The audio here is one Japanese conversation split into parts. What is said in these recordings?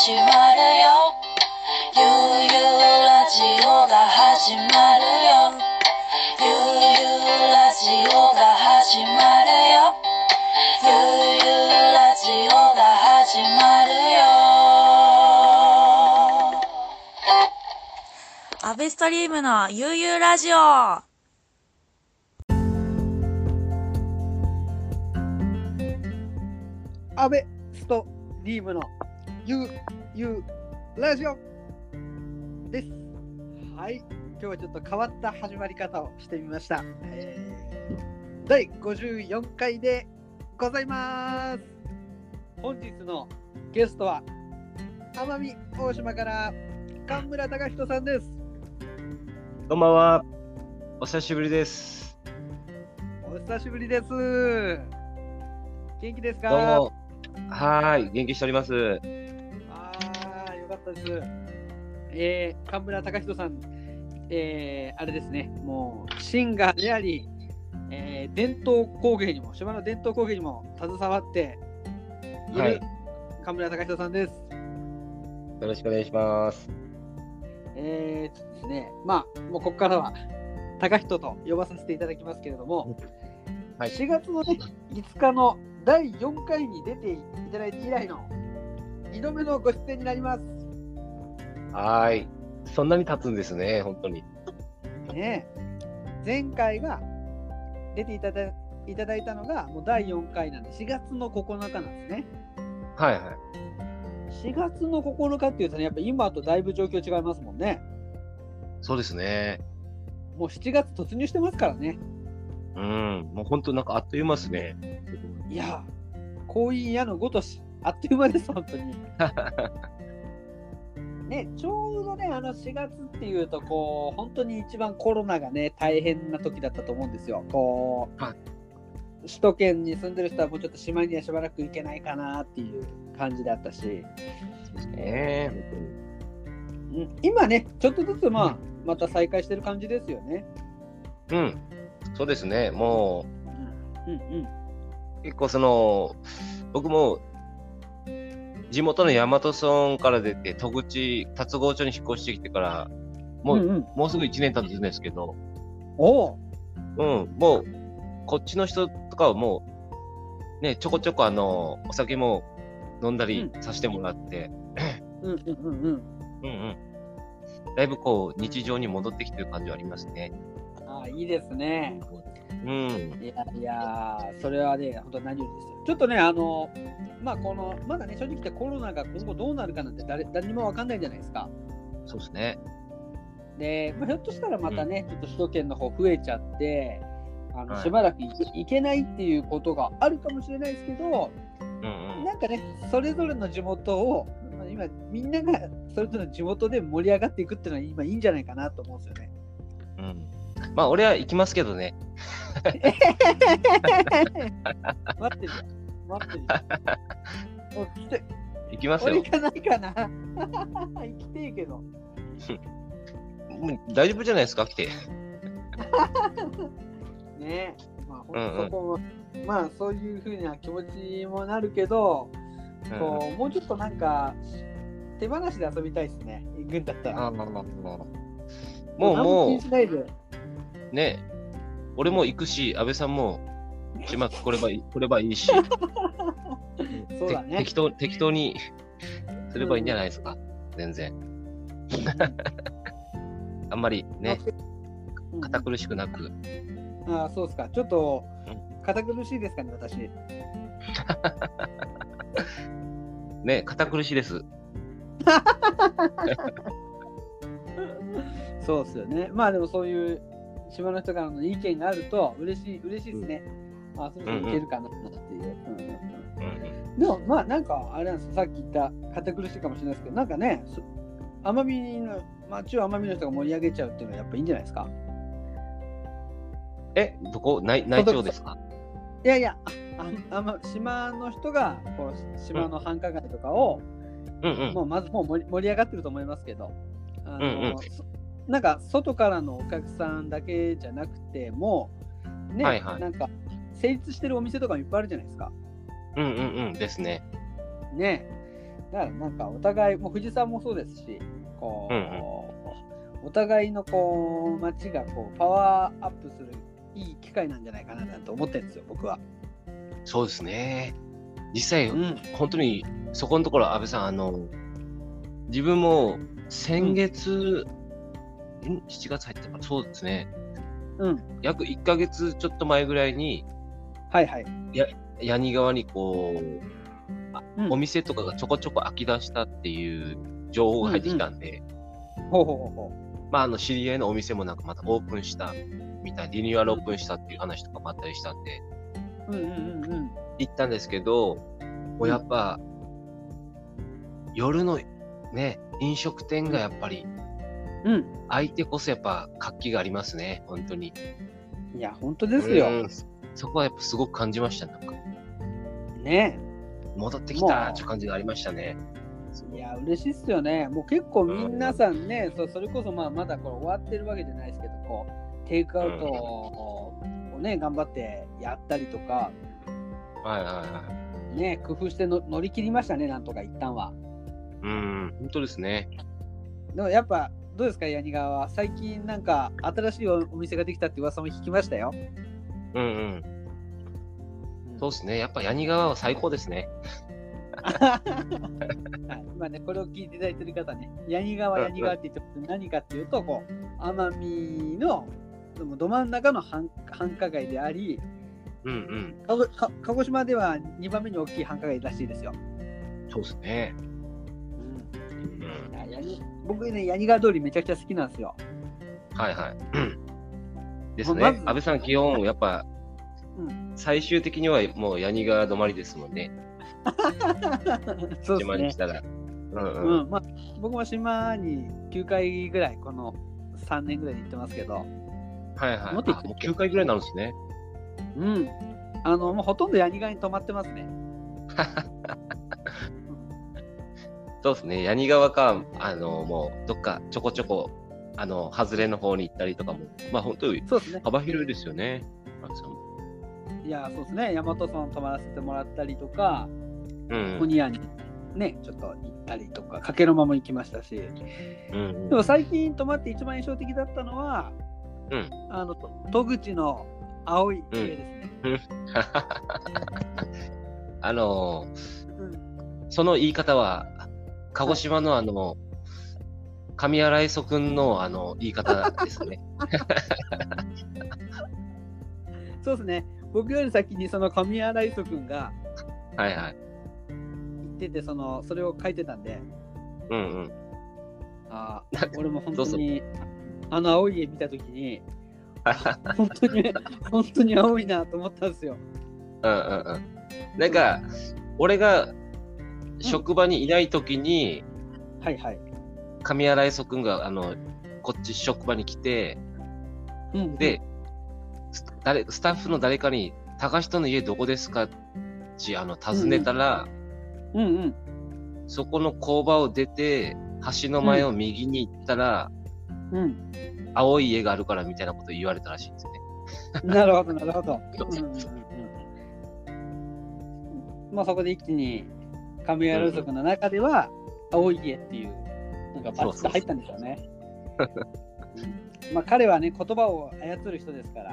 始まるよ。ゆうゆうラジオが始まるよ。ゆうゆうラジオが始まるよ。ゆうゆうラジオが始まるよ。アベストリームのゆうゆうラジオ。 アベストリームのゆうゆうラジオです。はい、今日はちょっと変わった始まり方をしてみました。第54回でございます。本日のゲストは奄美大島から神村隆人さんです。 こんばんは。お久しぶりです。 お久しぶりです。元気ですか？ どうも。はい、元気しております。 よかったです。神村隆人さん、あれですね、もうシンガーであり、伝統工芸にも、島の伝統工芸にも携わっている、はい、神村隆人さんです。 よろしくお願いします。 ですね、まあ、もうここからは隆人と呼ばさせていただきますけれども、はい、4月のね、5日の第4回に出ていただいて以来の2度目のご出演になります。 はい。そんなに経つんですね、本当に。 ねえ。前回が出ていただいたのがもう第4回なんで4月の9日なんですね。 はいはい。 4月の9日っていうとね、やっぱ今とだいぶ状況違いますもんね。 そうですね。 もう7月突入してますからね。 もう本当なんかあっという間ですね。 いや、婚姻矢のごとし、あっという間です、本当に。ね、ちょうどね、4月っていうと、こう、本当に一番コロナがね、大変な時だったと思うんですよ。こう、はい、首都圏に住んでる人はもうちょっと島にはしばらく行けないかなっていう感じだったし。今ね、ちょっとずつまた再開してる感じですよね。 そうですね、もう、結構僕も地元の大和村から出て戸口龍郷町に引っ越してきてからもうすぐ1年経つんですけど、もうこっちの人とかはもうねちょこちょこお酒も飲んだりさせてもらってだいぶこう日常に戻ってきてる感じはありますね。 いいですね。いやそれはね、本当に何よりですよ。ちょっとね、まだね、正直言ってコロナが今後どうなるかなんて誰にも分かんないじゃないですか。 そうですね。 で、ひょっとしたらまたね、ちょっと首都圏の方増えちゃって、しばらく行けないっていうことがあるかもしれないですけど、なんかね、それぞれの地元を、今、みんながそれぞれの地元で盛り上がっていくっていうのは今いいんじゃないかなと思うんですよね。 まあ、俺は行きますけどね。 待ってるよ。 行きますよ。 俺行かないかな。行きてえけど。 もう大丈夫じゃないですか、来て。 ねえ。まあ、そこも、まあ、そういうふうな気持ちもなるけど、もうちょっとなんか、手放しで遊びたいですね。行くんだったら。 もう気にしないで。 ね、俺も行くし、安倍さんも島来ればいいし、 そうだね、 適当にすればいいんじゃないですか、全然。あんまりね、堅苦しくなく。 そうですか。ちょっと堅苦しいですかね、私。 ね、堅苦しいです。 そうですよね。まあでもそういう島の人からの意見があると嬉しいですね。そろそろいけるかなっていう。でもまあなんかあれなんですよ、さっき言った堅苦しいかもしれないですけど、なんかね、奄美の町を奄美の人が盛り上げちゃうっていうのはやっぱいいんじゃないですか。 どこ内町ですか？ いやいや、島の人がこう島の繁華街とかを、もうまずもう盛り上がってると思いますけど、なんか外からのお客さんだけじゃなくてもね、なんか成立してるお店とかもいっぱいあるじゃないですか。 ですね。 ね。 だからなんかお互い、もう藤さんもそうですし、こう、 うんお互いのこう街がこうパワーアップするいい機会なんじゃないかなと思ってるんですよ、僕は。 そうですね。実際、 うん本当にそこのところ、安倍さん、自分も先月、7月入ってから、そうですね。 うん。 約1ヶ月ちょっと前ぐらいに、 はいはい。 矢荷川にこう、 うんお店とかがちょこちょこ空き出したっていう情報が入ってきたんで、 ほうほうほうほまあ、知り合いのお店もなんかまたオープンしたみたいな、リニューアルオープンしたっていう話とかもあったりしたんで、 う。うんうんうんうん。 行ったんですけど、もうやっぱ、夜のね、飲食店がやっぱり、 うん。 相手こそやっぱ活気がありますね、本当に。 いや、本当ですよ。 そこはやっぱすごく感じました、なんか。 ね戻ってきたっていう感じがありましたね。 いや、嬉しいっすよね。もう結構皆さんね、それこそまだこれ終わってるわけじゃないですけど、こう、テイクアウトをね、頑張ってやったりとか、 はいはいはね、工夫して乗り切りましたね、なんとか一旦は。 い。本当ですね。 でもやっぱ、どうですか、矢荷川は。最近なんか新しいお店ができたって噂も聞きましたよ。 そうですね。やっぱ矢荷川は最高ですね。 はい、今ね、これを聞いていただいてる方ね、矢荷川って言って何かっていうと、こう奄美のど真ん中の繁華街であり、鹿児島では2番目に大きい繁華街らしいですよ。 そうですね。 僕ね、矢荷川通りめちゃくちゃ好きなんですよ。 はいはい。ですね。 まず安倍さん、基本、やっぱ、最終的にはもう矢荷川止まりですもんね。 そうですね。 島に来たら。 まあ、僕も島に9回ぐらい、この3年ぐらいで行ってますけど。 はいはい。もう9回ぐらいになるんですね。 もうほとんど矢荷川に泊まってますね。 そうですね。矢荷川か、もう、どっかちょこちょこ、外れの方に行ったりとかも、まあ、本当に幅広いですよね。 いや、そうですね。大和村泊まらせてもらったりとか、コニアにね、ちょっと行ったりとか、加計呂麻も行きましたし、でも最近泊まって一番印象的だったのは、戸口の青い家ですね。 その言い方は、鹿児島の上新井曽君の言い方ですね。 そうですね。僕より先にその上新井曽君がはいはい言ってて、それを書いてたんで、俺も本当に青い家見たときに本当に青いなと思ったんですよ。 なんか俺が職場にいないときに、上新井曽君がこっち職場に来て、でスタッフの誰かに高人の家どこですかって尋ねたら、そこの工場を出て橋の前を右に行ったら、青い家があるからみたいなこと言われたらしいんですよね。 なるほどなるほど。まあそこで一気に上新井曽君の中では青い家っていうなんかバッチが入ったんでしょうね。まあ彼はね、言葉を操る人ですから。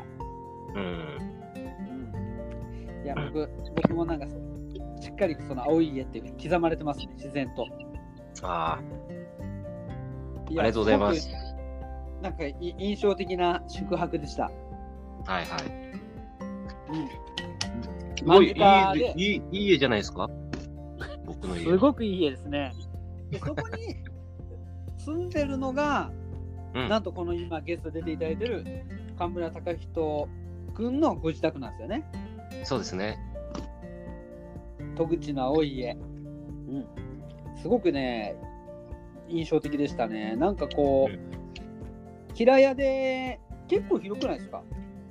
いや、僕もなんかしっかりその青い家っていう刻まれてますね、自然と。 ありがとうございます。 なんか印象的な宿泊でした。 はいはい。すごいいい家じゃないですか。僕の家。 すごくいい家ですね。でそこに住んでるのが、なんとこの今ゲスト出ていただいてる神村貴人君のご自宅なんですよね。 そうですね。 戸口の青い家。すごくね、印象的でしたね。なんかこう、平屋で結構広くないですか？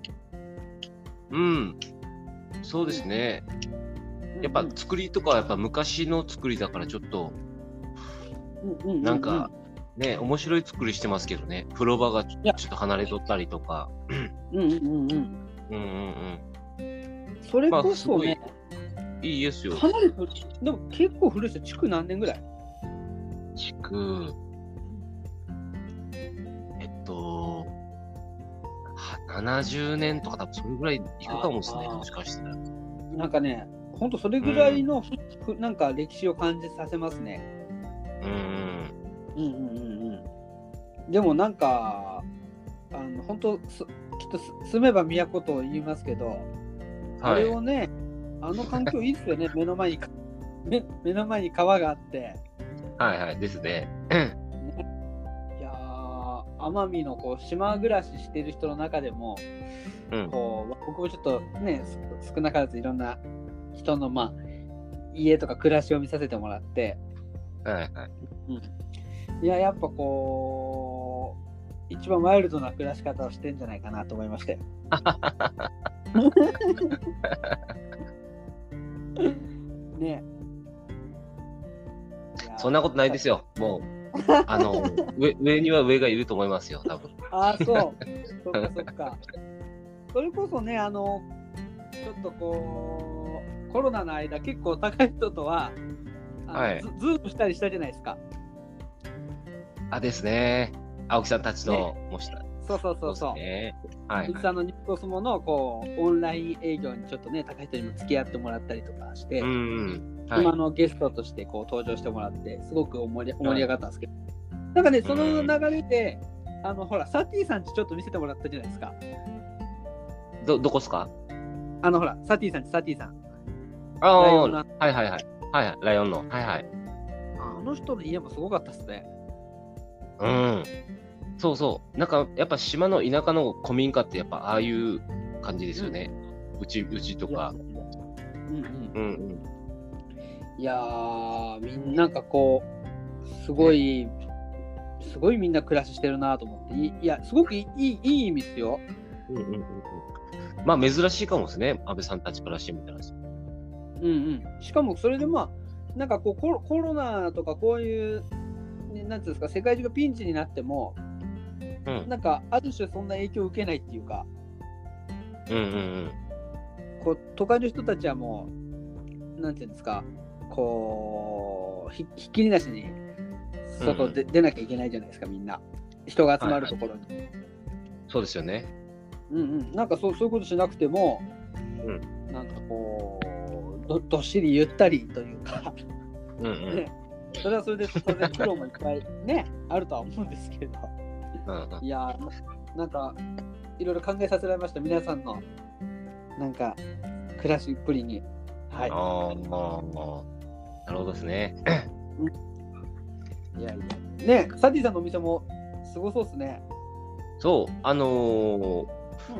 そうですね。やっぱ作りとかはやっぱ昔の作りだからちょっと、なんかね、面白い作りしてますけどね。風呂場がちょっと離れとったりとか。 それこそね、 いいですよ。 かなり古い。でも結構古いですよ。築何年ぐらい？ 築、70年とか多分それぐらいいくかもですね、もしかしたら。 なんかね、ほんとそれぐらいの、なんか歴史を感じさせますね。でもなんか、本当きっと住めば都と言いますけど、あれをね、あの環境いいですよね。目の前に川があって。 はいはい、ですね。 いやー、奄美のこう島暮らししてる人の中でも、こう僕もちょっとね、少なからずいろんな人の家とか暮らしを見させてもらって、いや、やっぱこう一番ワイルドな暮らし方をしてんじゃないかなと思いまして。ね。 そんなことないですよ。もう上には上がいると思いますよ、多分。 ああ、そっか。それこそね、ちょっとこうコロナの間結構高い人とはズームしたりしたじゃないですか。 ですね。青木さんたちのもした。 そう。実際ニコスモのこうオンライン営業にちょっとね、高い人にも付き合ってもらったりとかして、今のゲストとしてこう登場してもらってすごく盛り上がったんですけど、なんかね、その流れでほらサティさんちちょっと見せてもらったじゃないですか。 どこっすか？ ほらサティさん。 はいライオンのあの人の家もすごかったっすね。 そう。なんかやっぱ島の田舎の古民家ってやっぱああいう感じですよね。うちとか。 いやー、みんななんかこうすごいみんな暮らししてるなと思って、いやすごくいい意味ですよ。 珍しいかもですね、安倍さんたちからしてみたら。 しかもそれでなんかこうコロナとかこういうなんていうんですか、世界中がピンチになっても、なんかある種そんな影響を受けないっていうか、こう都会の人たちはもうなんていうんですか、こうひっきりなしに外で出なきゃいけないじゃないですか、みんな人が集まるところに。 そうですよね。 なんかそういうことしなくても、なんかこうどっしりゆったりというか、それはそれで当然苦労もいっぱいねあるとは思うんですけど、いやなんかいろいろ考えさせられました、皆さんのなんか暮らしっぷりに。なるほどですね。 いやね、サティさんのお店もすごそうですね。 そう、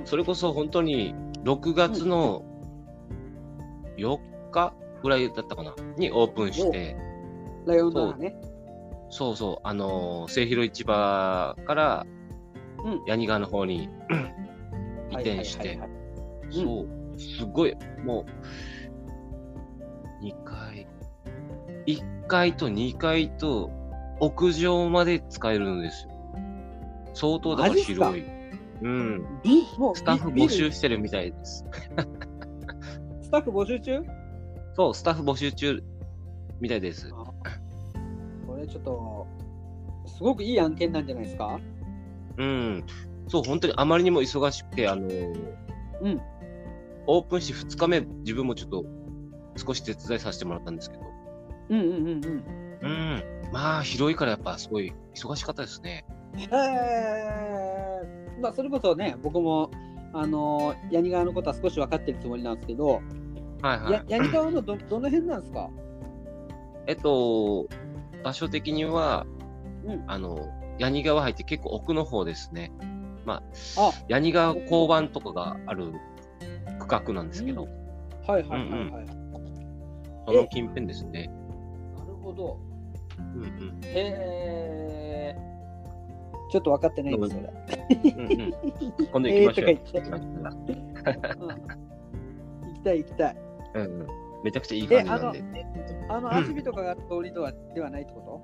それこそ本当に6月の4日ぐらいだったかなにオープンして、 ライオンのね。 そう、末広市場から八木川の方に移転して、すごい、もう1階と2階と屋上まで使えるんですよ。相当だから広い。スタッフ募集してるみたいです。 スタッフ募集中？ そう、スタッフ募集中みたいです。 これちょっとすごくいい案件なんじゃないですか？ そう、本当にあまりにも忙しくて、オープンして2日目、自分もちょっと少し手伝いさせてもらったんですけど。広いからやっぱすごい忙しかったですね。 それこそね、僕も八木川のことは少し分かってるつもりなんですけど、八木川のどの辺なんですか？ 場所的には、八木川入って結構奥の方ですね。八木川交番とかがある区画なんですけど。その近辺ですね。 なるほど。ちょっと分かってないんですよ。 今度行きましょう。 行きたい。 めちゃくちゃいい感じなんで。 足火とかが通りではないってこと？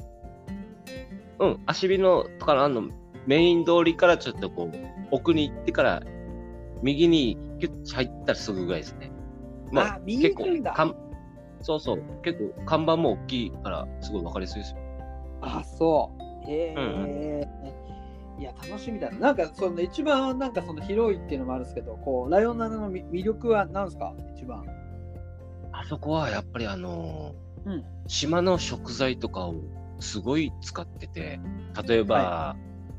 足火のとからメイン通りからちょっとこう奥に行ってから右にキュッと入ったらすぐぐらいですね。 右に行くんだ。 そうそう。結構看板も大きいからすごい分かりやすいですよ。 あ、そう。いや、楽しみだな。なんか、その一番なんかその広いっていうのもあるんですけど、こう、ライオンナナの魅力は何ですか、一番。 あそこはやっぱりうん。 島の食材とかをすごい使ってて、例えば、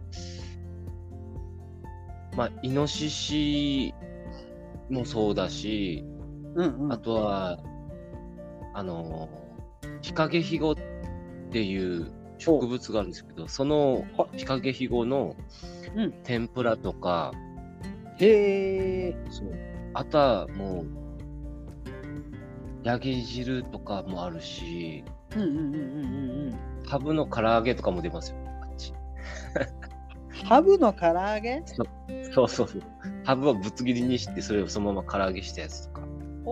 まあ、イノシシもそうだし、あとは、ヒカゲヒゴっていう植物があるんですけど、そのヒカゲヒゴの天ぷらとか、 へえ。 そう。あとはもう、ヤギ汁とかもあるし、ハブの唐揚げとかも出ますよ、あっち。 ハブの唐揚げ？ そうそうそう。ハブをぶつ切りにして、それをそのまま唐揚げしたやつとか。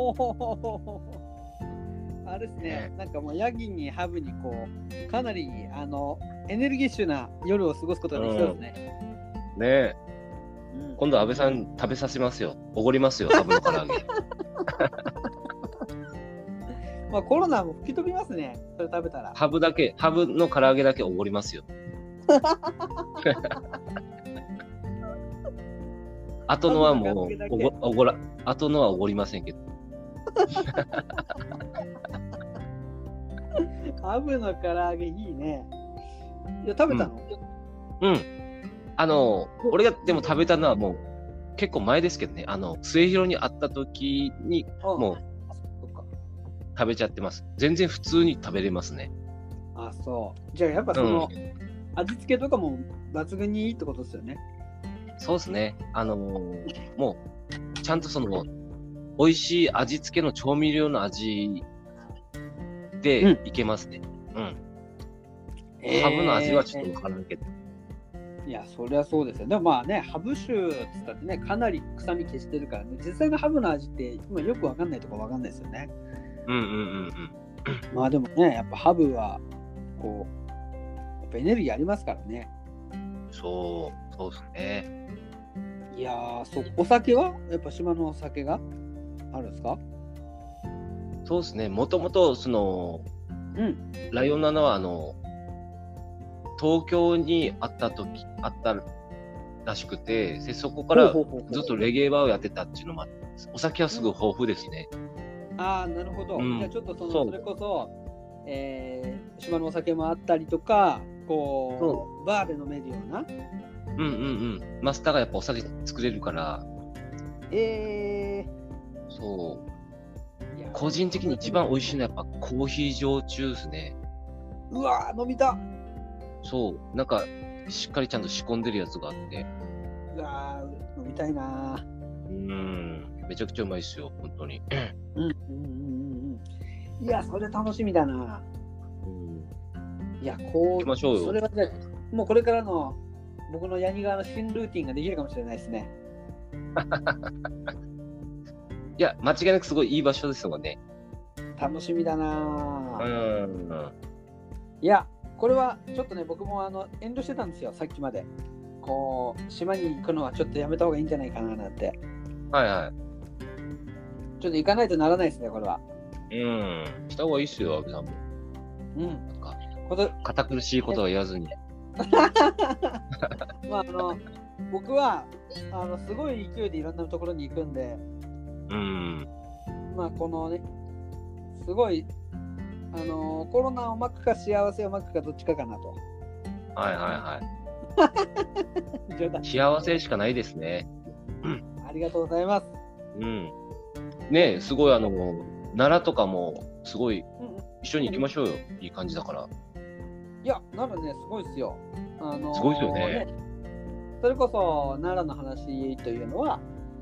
あれですね、なんかもうヤギにハブにこう、かなりエネルギッシュな夜を過ごすことができそうですね。 ねえ。今度安倍さん食べさせますよ。おごりますよ、ハブの唐揚げ。 まあコロナも吹き飛びますね、それ食べたら。 ハブの唐揚げだけおごりますよ。あとのはもうあとのはおごりませんけど。 ハブの唐揚げいいね。いや、食べたの？ うん。俺がでも食べたのはもう結構前ですけどね、末広に会った時にもう食べちゃってます。全然普通に食べれますね。 あ、そう。じゃあやっぱその、味付けとかも抜群にいいってことですよね。 そうですね。もうちゃんとその美味しい味付けの調味料の味でいけますね。ハブの味はちょっとわからんけど。 いや、そりゃそうですよ。でもまあね、ハブ酒って言ったってね、かなり臭み消してるからね、実際のハブの味って今よくわかんないとこわかんないですよね。まあでもね、やっぱハブはこう、やっぱエネルギーありますからね。 そうですね。 いやー、お酒はやっぱ島のお酒があるんですか？ そうですね。もともとその、ライオンナナは東京にあったらしくて、そこからずっとレゲエバーをやってたっていうのもあって、お酒はすぐ豊富ですね。 ああ、なるほど。じゃあちょっとそれこそ、島のお酒もあったりとか、こうバーで飲めるような。 マスターがやっぱお酒作れるから。そう。個人的に一番美味しいのはやっぱコーヒー焼酎ですね。 うわー、飲みた。 そう。なんか、しっかりちゃんと仕込んでるやつがあって。 うわー、飲みたいな。 めちゃくちゃうまいっすよ、本当に。 いや、それ楽しみだな。いや、 行きましょうよ。 それはね、もうこれからの僕のヤニ川の新ルーティンができるかもしれないですね。 いや、間違いなくすごいいい場所ですもんね。 楽しみだな。いや、これはちょっとね、僕も遠慮してたんですよ、さっきまで。こう、島に行くのはちょっとやめた方がいいんじゃないかななんて。ちょっと行かないとならないですね、これは。 した方がいいっすよ、阿部さんも。堅苦しいことは言わずに。 まあ僕はすごい勢いでいろんなところに行くんで、まあこのね、すごいコロナを巻くか幸せを巻くかどっちかかなと。 幸せしかないですね。 ありがとうございます。 ねえ、すごい奈良とかもすごい一緒に行きましょうよ。いい感じだから。 いや、奈良ね、すごいですよ。 すごいですよね。 それこそ奈良の話というのは、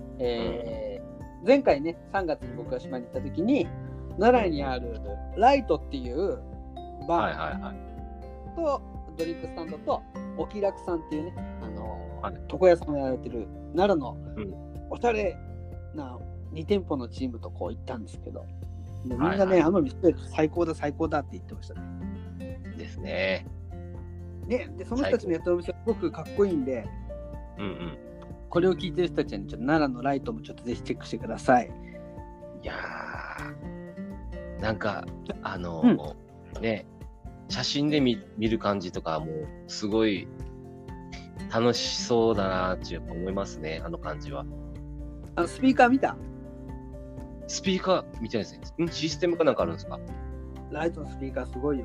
前回ね、3月に僕が島に行った時に、奈良にあるライトっていうバーとドリンクスタンドとお気楽さんっていうね、床屋さんをやられてる奈良のおしゃれな2店舗のチームとこう行ったんですけど、みんなね、奄美最高だ最高だって言ってましたね。 ですね。 で、その人たちのやってるお店はすごくかっこいいんで、これを聞いてる人たちにちょっと奈良のライトもちょっとぜひチェックしてください。 いやなんか、 うんね、写真で見る感じとかもすごい楽しそうだなってやっぱ思いますね、あの感じは。 スピーカー見た？ スピーカーみたいですね。システムかなんかあるんですか？ ライトのスピーカーすごいよ。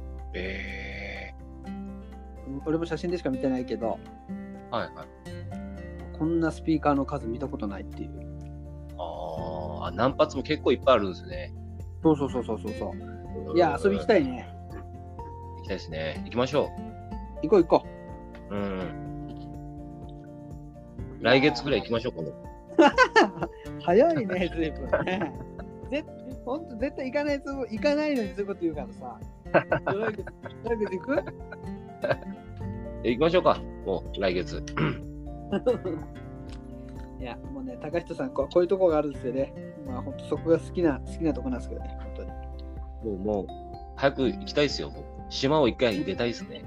俺も写真でしか見てないけど、 はいはい。 こんなスピーカーの数見たことないっていう。 何発も結構いっぱいあるんですね。 そう。いや、遊び行きたいね。 行きたいですね。行きましょ行こう。 う。来月ぐらい行きましょう、今度。 早いね、ずいぶんね。ほんと絶対行かないのにそういうこと言うからさ。来月行く？ 行きましょうか、もう来月。 いや、もうね、高人さんこういうとこがあるんですよね。まあ、本当そこが好きなとこなんですけどね、本当に。 もう、早く行きたいですよ。もう島を一回出たいですね。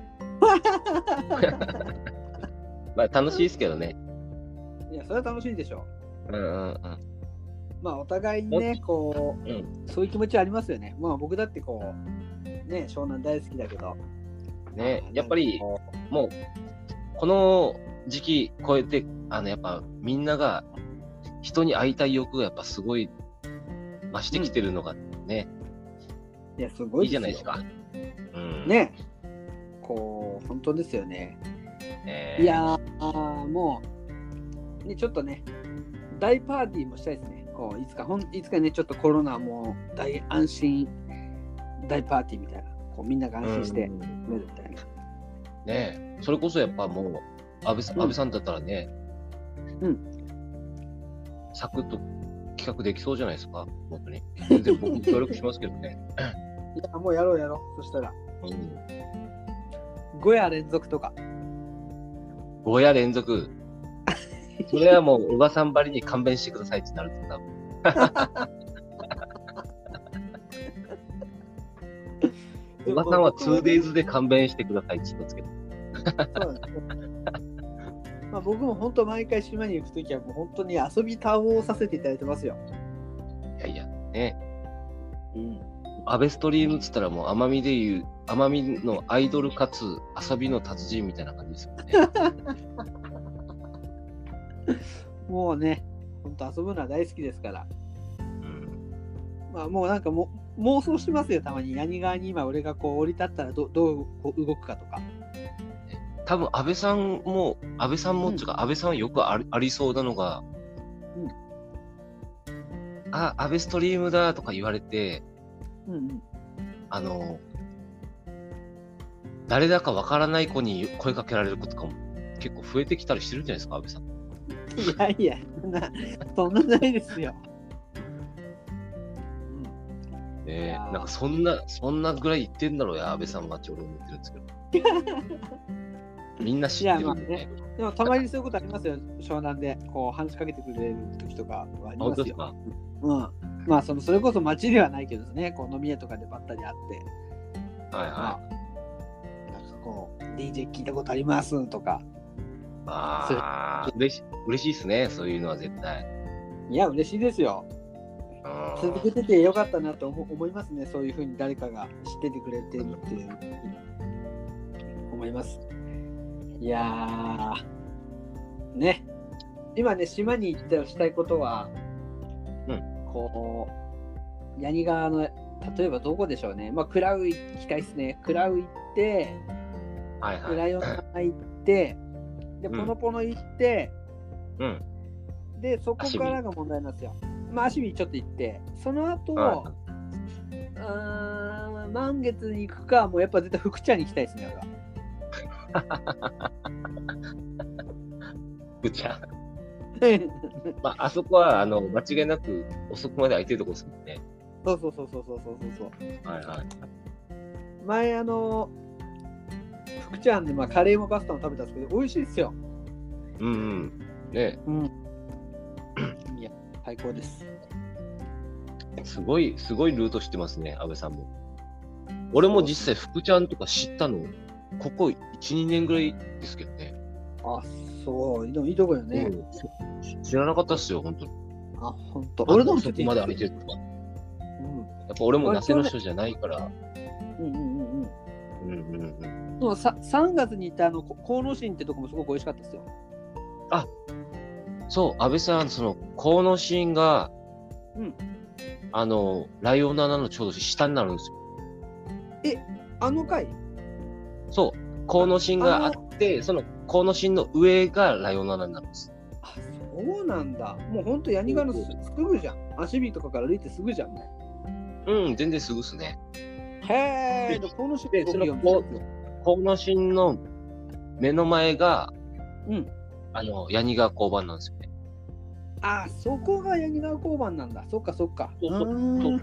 まあ、楽しいですけどね。 いや、それは楽しいでしょ。まあ、お互いにね、そういう気持ちはありますよね。まあ、僕だってね、湘南大好きだけど。 ね、やっぱり、もう、この時期超えて、やっぱみんなが人に会いたい欲がやっぱすごい増してきてるのがね、 いや、すごいいいじゃないですか。 ね、本当ですよね。いやもう、ね、ちょっとね、大パーティーもしたいですね。いつかね、ちょっとコロナも大安心大パーティーみたいな、みんなが安心して見るみたいな。 ね、それこそやっぱもう、安倍さんだったらね、サクッと企画できそうじゃないですか、本当に。全然僕協力しますけどね。 いや、もうやろう。そしたら。5夜連続とか。 5夜連続。それはもう、小川さんばりに勘弁してくださいってなるんですか。小川さんは 2days で勘弁してくださいって言ったんですけど。 そうですね。まあ、僕も本当毎回島に行くときはもう本当に遊び倒させていただいてますよ。 いや、ね。アベストリームっつったらもう奄美のアイドルかつ遊びの達人みたいな感じですよね。 もうね、本当遊ぶのは大好きですから。まあもうなんか妄想してますよ、たまに。ヤニ側に今俺が降り立ったらどう動くかとか。 多分安倍さんもっていうか、安倍さんはよくありそうなのが、アベストリームだとか言われて、誰だかわからない子に声かけられることかも結構増えてきたりしてるんじゃないですか、安倍さん。 いや、そんなないですよ。 なんかそんなぐらい言ってんだろうや、安倍さんはって俺思ってるんですけど。みんな知ってるんでね。 でもたまにそういうことありますよ、湘南で話しかけてくれる時とかはありますよ。 本当ですか？ まあそれこそ街ではないけどね、飲み屋とかでばったり会って、なんかDJ 聞いたことありますとか。 嬉しいですね、そういうのは絶対。 いや、嬉しいですよ。続けててよかったなと思いますね、そういうふうに誰かが知っててくれてるっていう思います。いやね、今ね、島に行ってしたいことは、ヤニ川の、例えばどこでしょうね、まあ、クラウ行きたいですね。クラウ行って、クラヨナ行って、で、ポノポノ行って、で、そこからが問題なんですよ。まあ、足見ちょっと行って、その後、満月に行くか、もうやっぱ絶対福ちゃんに行きたいですね、俺は。 福ちゃん。まあそこは間違いなく遅くまで空いてるとこですもんね。 そう。前福ちゃんでカレーもパスタも食べたんですけど美味しいですよ。 ね。 いや最高です。 すごいルート知ってますね、安倍さんも。俺も実際福ちゃんとか知ったのここ 1,2 年ぐらいですけどね。 そう、でもいいとこよね。 知らなかったっすよ、本当に。 本当。俺のもそこまで歩いてるとか。やぱ俺も那瀬の人じゃないから。 うんうんうんうん。 うんうんうん。 そう3月に行った河野新ってとこもすごく美味しかったですよ。 あ、そう、安倍さん、その、河野新が、 うん。 ライオンの穴のちょうど下になるんですよ。 あの回？ そう、河野新があって、その河野新の上がライオンの穴になるんです。 あ、そうなんだ。もうほんとヤニガのすぐじゃん。足火とかから歩いてすぐじゃんね。 うん、全然すぐっすね。 へー、河野新ってその河野新の目の前が、 うん。 ヤニガ交番なんですよね。 あ、そこがヤニガ交番なんだ。そっかそっか。 そうそう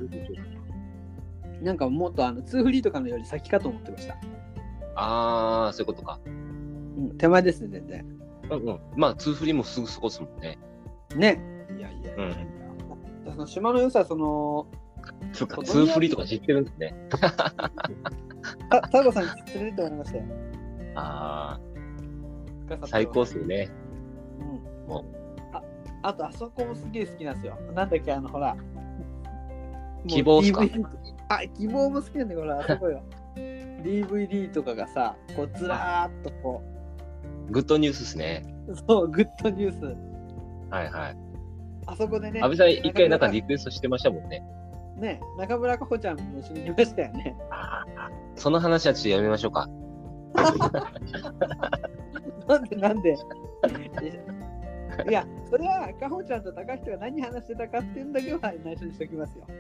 なんかもっとツーフリーとかのより先かと思ってました。 あー、そういうことか。 うん、手前ですね、全然。 うんうん。まあ、ツーフリーもすぐそこですもんね。 ね。いやいやいや。その島の良さ、 そうか、ツーフリーとか知ってるんですね。 タゴさんに連れてってもらいましたよ。 あー、最高っすよね。 うん。 もう。 あと、あそこもすげえ好きなんですよ。なんだっけ、ほら。 希望っすか？ 希望も好きなんだけど、ほら、あそこよ。DVD とかがさ、こうずらーっとこう。グッドニュースっすね。 そう、グッドニュース。 はいはい。 あそこでね。 安倍さん、一回なんかリクエストしてましたもんね。 ね、中村かほちゃんも一緒にいましたよね。 その話はちょっとやめましょうか。 なんでいや、それはかほちゃんと高人が何話してたかっていうんだけは内緒にしておきますよ。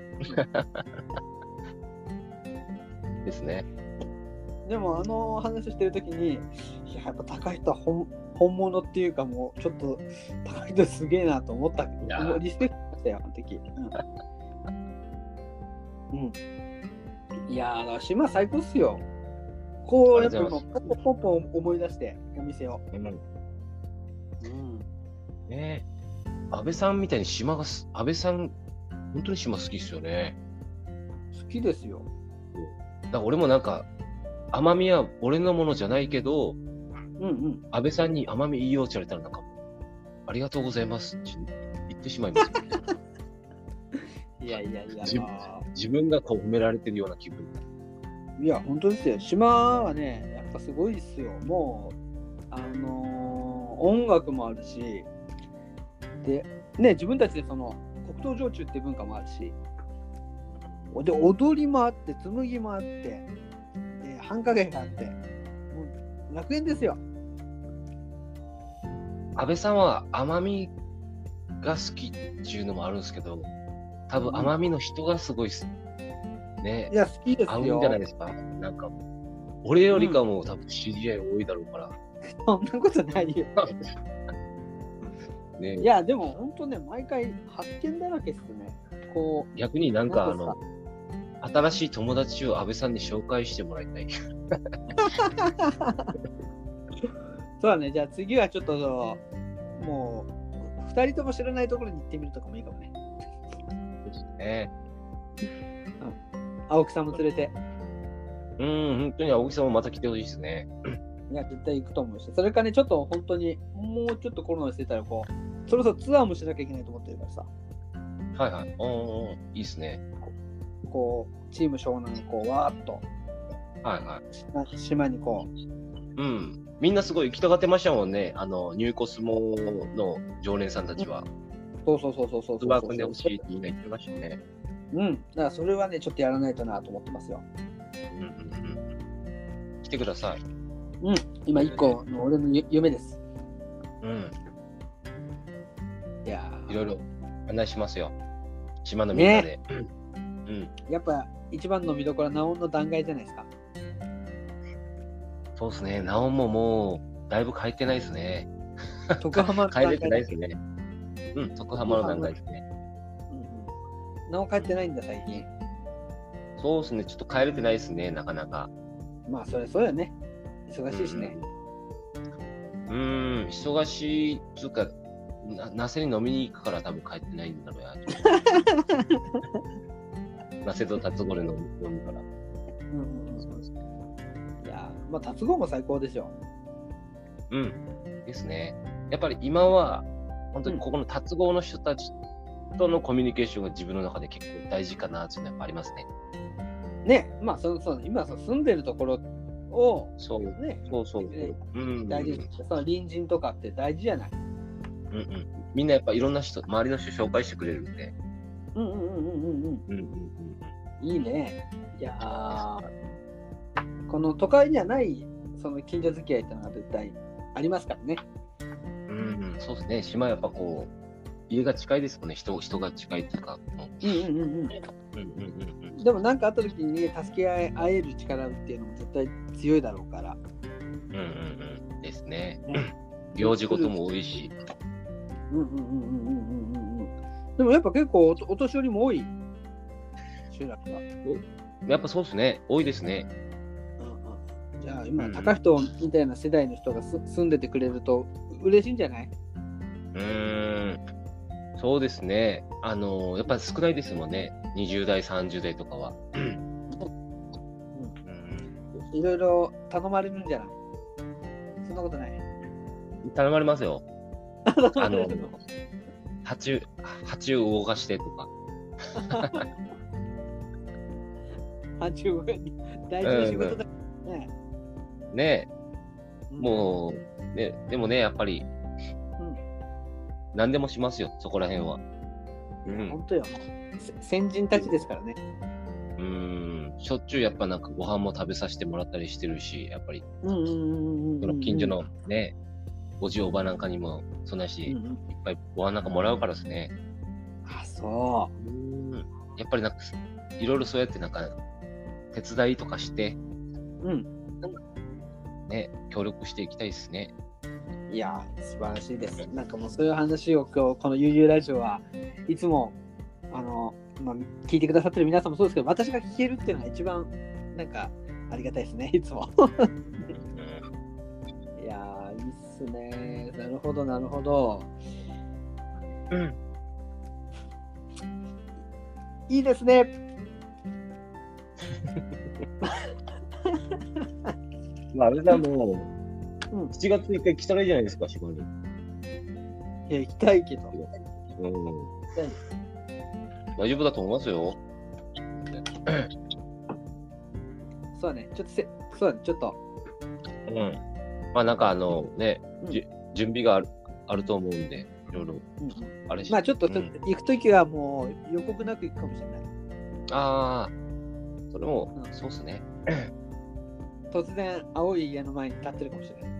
ですね。 でも話してるときに、いや、やっぱ高人は本物っていうか、もうちょっと高人すげえなと思ったけど、もうリスペクトしたよ、あの時。うん。いやー、島最高っすよ。こう、やっぱポッポ思い出して、お店を。 ねえ。安倍さんみたいに安倍さん、本当に島好きっすよね。 好きですよ。 だから俺もなんか、甘みは俺のものじゃないけど、安倍さんに甘みいいよって言われたらなんか、ありがとうございますって言ってしまいますよね。 いや、 自分がこう褒められてるような気分。 いや、本当ですよ。島はね、やっぱすごいっすよ。もう、音楽もあるし、で、ね、自分たちでその黒糖焼酎っていう文化もあるし、で、踊りもあって、紬もあって、で、繁華街があって、もう楽園ですよ。 安倍さんは甘みが好きっていうのもあるんですけど、多分甘みの人がすごいっす。ね。 いや、好きですよ。 合うんじゃないですか。なんか、俺よりかも多分知り合い多いだろうから。 そんなことないよ。 ね、 いや、でも本当ね、毎回発見だらけっすね。こう。 逆になんか新しい友達を安倍さんに紹介してもらいたい。 そうだね、じゃあ次はちょっと、もう、2人とも知らないところに行ってみるとかもいいかもね。 そうですね。 青木さんも連れて。 本当に青木さんもまた来てほしいですね。 いや、絶対行くと思うし、それかね、ちょっと本当に、もうちょっとコロナしてたら、こう、そろそろツアーもしなきゃいけないと思ってるからさ。 はいはい。いいっすね。 こう、チーム湘南にこう、わーっと、 はいはい。 島にこう。 みんなすごい行きたがってましたもんね。ニューコスモの常連さんたちは。 そう。ツアー組んでほしいってみんな言ってましたね。 だからそれはね、ちょっとやらないとなと思ってますよ。 来てください。 今1個の俺の夢です。いやいろいろ案内しますよ。島のみんなで。 やっぱ一番の見どころはナオンの断崖じゃないですか。 そうですね。ナオンももうだいぶ帰ってないですね。 徳浜の帰れてないですね。徳浜の断崖ですね。 ナオン帰ってないんだ最近。 そうですね。ちょっと帰れてないですね。なかなか。 まあそれそうよね。忙しいしね。 忙しいつうか、那須に飲みに行くから多分帰ってないんだろうな。那須と辰五で飲むから。 いや、まあ辰五も最高でしょ。 ですね。やっぱり今は本当にここの辰五の人たちとのコミュニケーションが自分の中で結構大事かなっていうのはやっぱありますね。 ね、まあ今住んでるところをそうね、 そうそう。 大事です。その隣人とかって大事じゃない。 みんなやっぱいろんな人、周りの人紹介してくれるんで。 いいね。いやー、この都会にはないその近所付き合いってのが絶対ありますからね。 そうですね。島はやっぱこう家が近いですもんね。人が近いっていうか。 でも何かあった時に、ね、助け合える力っていうのも絶対強いだろうから。 ですね。行事事も多いし。 でもやっぱ結構お年寄りも多い集落が。 やっぱそうですね。多いですね。 じゃあ今、高人みたいな世代の人が住んでてくれると嬉しいんじゃない？ そうですね。やっぱり少ないですもんね。20代、30代とかは。 いろいろ頼まれるんじゃない？そんなことない。 頼まれますよ。鉢を動かしてとか。 鉢を動かして大事な仕事だね。 ねえ。もう、ね、でもね、やっぱり、何でもしますよ、そこら辺は。 本当よ。先人たちですからね。 しょっちゅうやっぱなんかご飯も食べさせてもらったりしてるし、やっぱり、その近所のね、おじおばなんかにもそんなし、いっぱいご飯なんかもらうからですね。 あ、そう。 やっぱりなんか、いろいろそうやってなんか、手伝いとかして、ね、協力していきたいですね。 いや、素晴らしいです。なんかもうそういう話を今日、このゆうゆうラジオはいつも、聞いてくださってる皆さんもそうですけど、私が聞けるっていうのが一番、なんか、ありがたいですね、いつも。いやー、いいっすね。なるほど、なるほど。いいですね。 あれだもう、7月に1回来たらいいじゃないですか、島に。 いや、行きたいけど。 大丈夫だと思いますよ。 そうだね、ちょっと。 まあなんか準備があると思うんで、いろいろ。 まあちょっと行くときはもう予告なく行くかもしれない。 ああ、それも、そうっすね。 突然、青い家の前に立ってるかもしれない。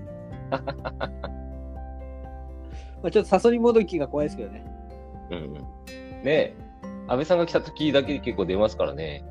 まあちょっとサソリもどきが怖いですけどね。 ねえ、安倍さんが来た時だけ結構出ますからね。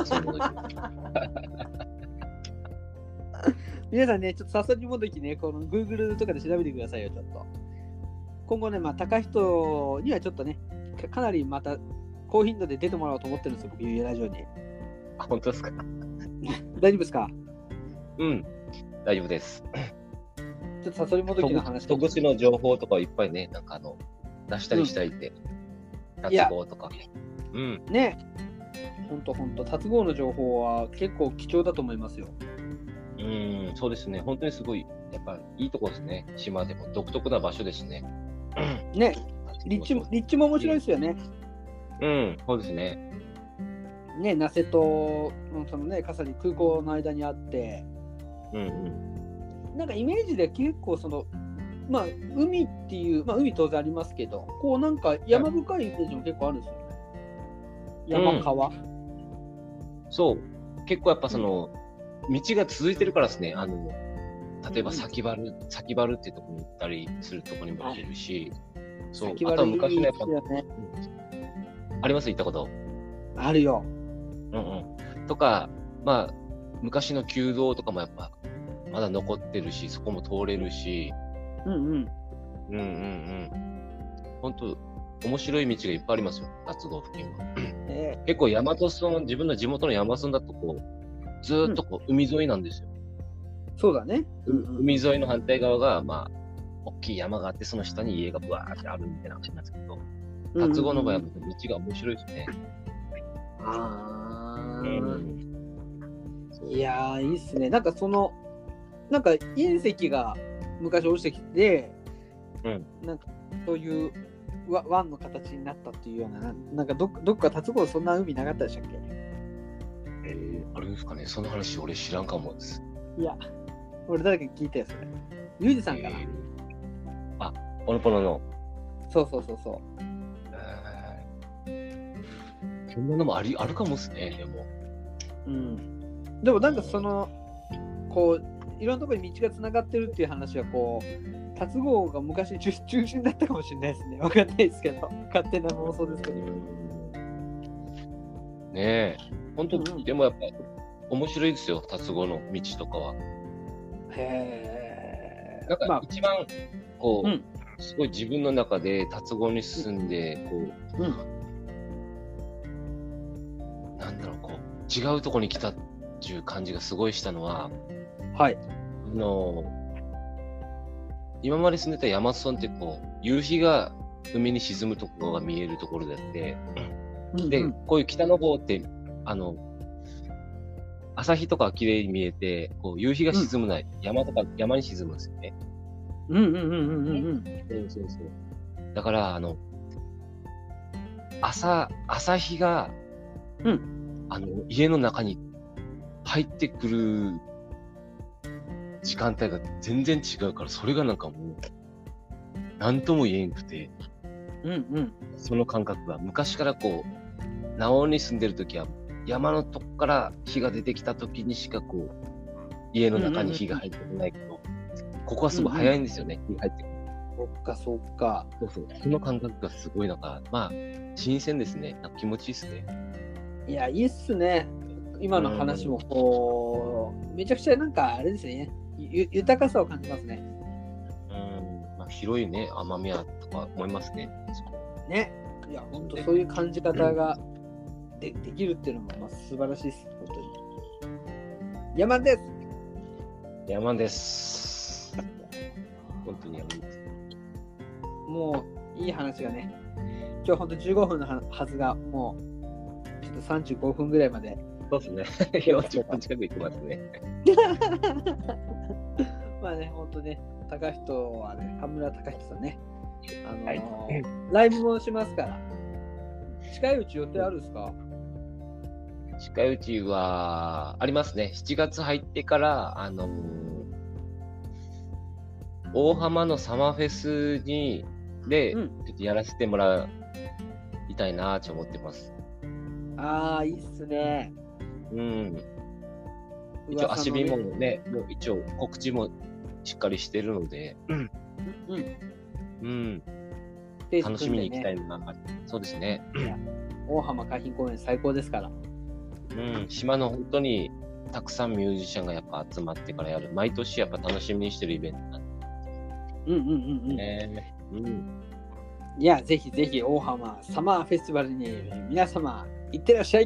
皆さんね、ちょっとサソリもどきね、この Google とかで調べてくださいよ、ちょっと。今後ね、高人にはちょっとね、かなりまた高頻度で出てもらおうと思ってるんですよ、僕、ゆうゆうラジオに。 本当ですか？ 大丈夫ですか？ 大丈夫です。 ちょっとサソリもどきの話。 特殊の情報とかをいっぱいね、なんか出したりしたいって。達合とか。 ね、ほんと、達合の情報は結構貴重だと思いますよ。 そうですね。本当にすごい、やっぱいいとこですね。島でも独特な場所ですね。 ね、立地も面白いですよね。 そうですね。 ね、名瀬とそのね、笠利空港の間にあって、なんかイメージで結構海っていう、海当然ありますけど、こうなんか山深いイメージも結構あるんですよね。山川。 そう。結構やっぱ道が続いてるからですね。例えば先原っていうところに行ったりするところにも行けるし、そう。あとは昔のやっぱ、あります？行ったこと？ あるよ。 とか、昔の旧道とかもやっぱまだ残ってるし、そこも通れるし、本当面白い道がいっぱいありますよ、達合付近は。結構大和村、自分の地元の山村だとずーっと海沿いなんですよ。 そうだね。 海沿いの反対側が大きい山があって、その下に家がブワーってあるみたいな感じなんですけど、達合の場合は道が面白いですね。 いやー、いいっすね。なんかなんか隕石が昔落ちてきて、なんかそういう湾の形になったっていうような、なんかどっか辰郷そんな海なかったでしたっけ？ あるんですかね。その話俺知らんかもです。 いや、俺誰かに聞いたよ、それ。ユージさんかな。 あ、ポノポノの。 そう。 そんなのもあるかもっすね、でも。 うん。でもなんかその、こう、いろんなところに道がつながってるっていう話は、こう、辰郷が昔中心だったかもしれないですね。わかんないですけど、勝手な妄想ですけど。 ねえ、本当、でもやっぱ面白いですよ、辰郷の道とかは。 へえ。 なんか一番こう、すごい自分の中で辰郷に進んで、こう、なんだろう、こう違うとこに来たっていう感じがすごいしたのは、 はい。 今まで住んでた山村ってこう夕日が海に沈むところが見えるところであって、でこういう北の方って朝日とか綺麗に見えて、こう夕日が沈むない、山に沈むんですよね。そう。だから朝日が、家の中に入ってくる時間帯が全然違うから、それがなんかもう何とも言えんくて、その感覚が昔からこう名王に住んでる時は山のとこから日が出てきた時にしかこう家の中に日が入ってこないけど、ここはすごい早いんですよね、日が入ってくる。 そっか。 その感覚がすごいなんか、まあ新鮮ですね。なんか気持ちいいですね。 いや、いいっすね。今の話もこう、めちゃくちゃなんかあれですね。豊かさを感じますね。 まあ、広いね、奄美屋とか思いますね。 ね。いや、本当そういう感じ方ができるっていうのもまあ素晴らしいです。本当に。山です。 山です。本当に山です。 もういい話がね。今日本当15分のはずが、もうちょっと35分ぐらいまで。 そうですね。40分近く行きますね。 まあね、本当ね、高人はね、羽村高人さんね、 はい、 ライブもしますから、近いうち予定あるんですか？ 近いうちはありますね。7月入ってから、大浜のサマーフェスで、ちょっとやらせてもらいたいなと思ってます。 ああ、いいっすね。 一応、足火もね、もう一応告知もしっかりしてるので、楽しみに行きたいな。そうですね。 大浜海浜公園最高ですから。 島の本当にたくさんミュージシャンがやっぱ集まってからやる、毎年やっぱ楽しみにしてるイベントなんで。 いや、ぜひぜひ大浜サマーフェスティバルに皆様行ってらっしゃい。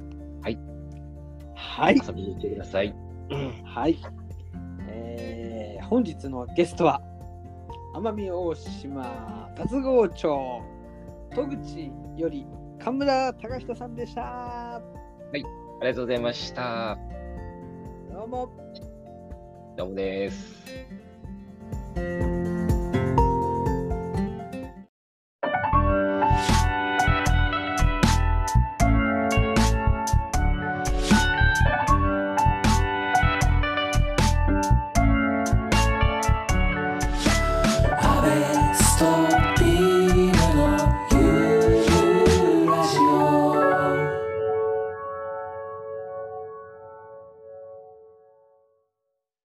はい。 遊びに来てください。 はい。本日のゲストは奄美大島龍郷町戸口より神村隆人さんでした。 はい、ありがとうございました。 どうも。 どうもです。